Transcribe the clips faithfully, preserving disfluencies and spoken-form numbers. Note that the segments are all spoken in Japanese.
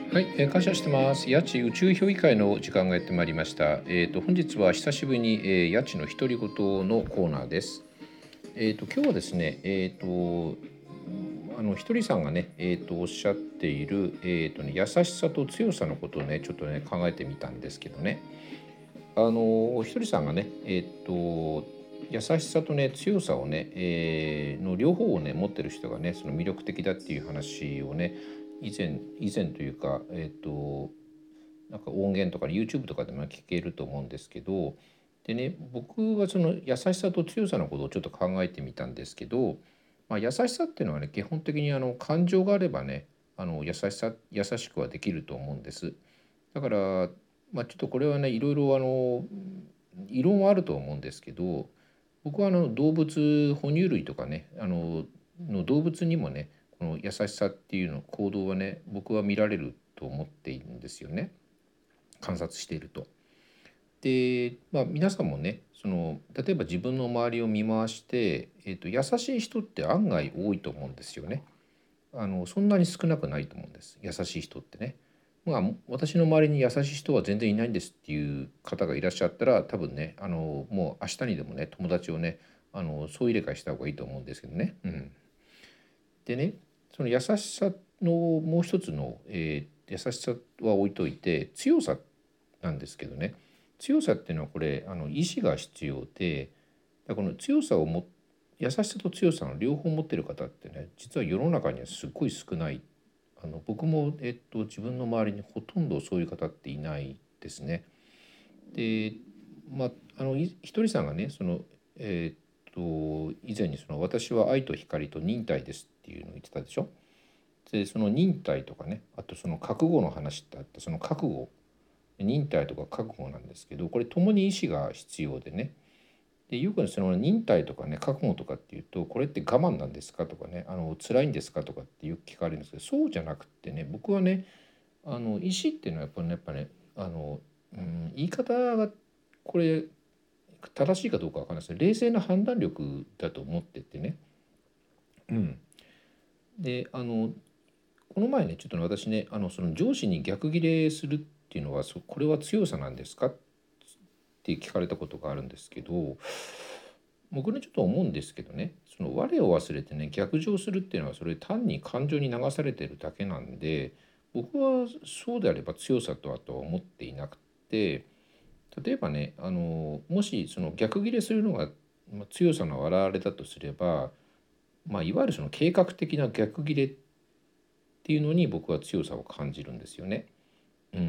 はい、えー感謝してます。八千宇宙評議会の時間がやってまいりました。えっ、と本日は久しぶりに、えー、八千の独り言のコーナーです。えっ、と今日はですね、えっ、とあのひとりさんがね、えっ、とおっしゃっているえっ、とね優しさと強さのことをねちょっとね考えてみたんですけどね。あのひとりさんがね、えっ、と優しさとね強さをね、えーの両方をね持ってる人がねその魅力的だっていう話をね以前以前というかえっ、となんか音源とか YouTube とかでも聞けると思うんですけど、でね僕はその優しさと強さのことをちょっと考えてみたんですけど、まあ、優しさっていうのはね基本的にあの感情があればねあの優しさ優しくはできると思うんです。だから、まあ、ちょっとこれはねいろいろあの異論はあると思うんですけど、僕はあの動物哺乳類とかねあのの動物にもねこの優しさっていうの行動はね僕は見られると思っているんですよね。観察していると。で、まあ、皆さんもねその例えば自分の周りを見回して、えーと、優しい人って案外多いと思うんですよね。あのそんなに少なくないと思うんです、優しい人ってね。まあ私の周りに優しい人は全然いないんですっていう方がいらっしゃったら多分ねあのもう明日にでもね友達をねあの総入れ替えした方がいいと思うんですけどね。うん、でねその優しさのもう一つの、えー優しさは置いといて強さなんですけどね、強さっていうのはこれあの意志が必要で、だからこの強さをも優しさと強さの両方持ってる方ってね実は世の中にはすっごい少ない。あの僕も、えっと、自分の周りにほとんどそういう方っていないですね。で、まあ、あのいひとりさんがねその、えっと以前にその「私は愛と光と忍耐です」っていうのを言ってたでしょ。でその忍耐とかねあとその覚悟の話ってあってその覚悟忍耐とか覚悟なんですけど、これともに意志が必要でね。でよくその忍耐とかね覚悟とかっていうとこれって我慢なんですかとかねあの辛いんですかとかってよく聞かれるんですけど、そうじゃなくってね僕はねあの意志っていうのはやっぱりねやっぱねあの、うん、言い方がこれ正しいかどうかわかんないですけど冷静な判断力だと思っててね。うん、であのこの前ねちょっとね私ねあのその上司に逆ギレするっていうのはそこれは強さなんですかって聞かれたことがあるんですけど、僕ねちょっと思うんですけどねその我を忘れてね逆上するっていうのはそれ単に感情に流されてるだけなんで、僕はそうであれば強さとはとは思っていなくて、例えばねあのもしその逆ギレするのがまあ強さの表れだとすれば、まあ、いわゆるその計画的な逆ギレっていうのに僕は強さを感じるんですよね。うん、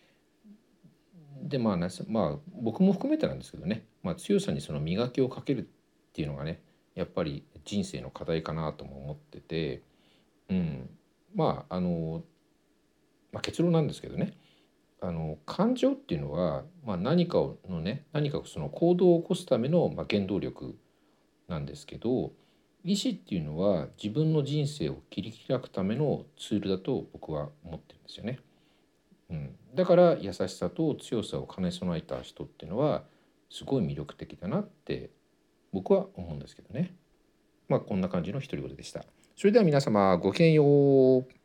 でまあなまあ僕も含めてなんですけどね、まあ、強さにその磨きをかけるっていうのがねやっぱり人生の課題かなとも思ってて、うん、まああの、まあ、結論なんですけどね、あの感情っていうのは、まあ、何かをのね何かその行動を起こすための、まあ、原動力なんですけど、意志っていうのは自分の人生を切り開くためのツールだと僕は思ってるんですよね。うん、だから優しさと強さを兼ね備えた人っていうのはすごい魅力的だなって僕は思うんですけどね。まあこんな感じの独り言でした。それでは皆様ごきげんよう。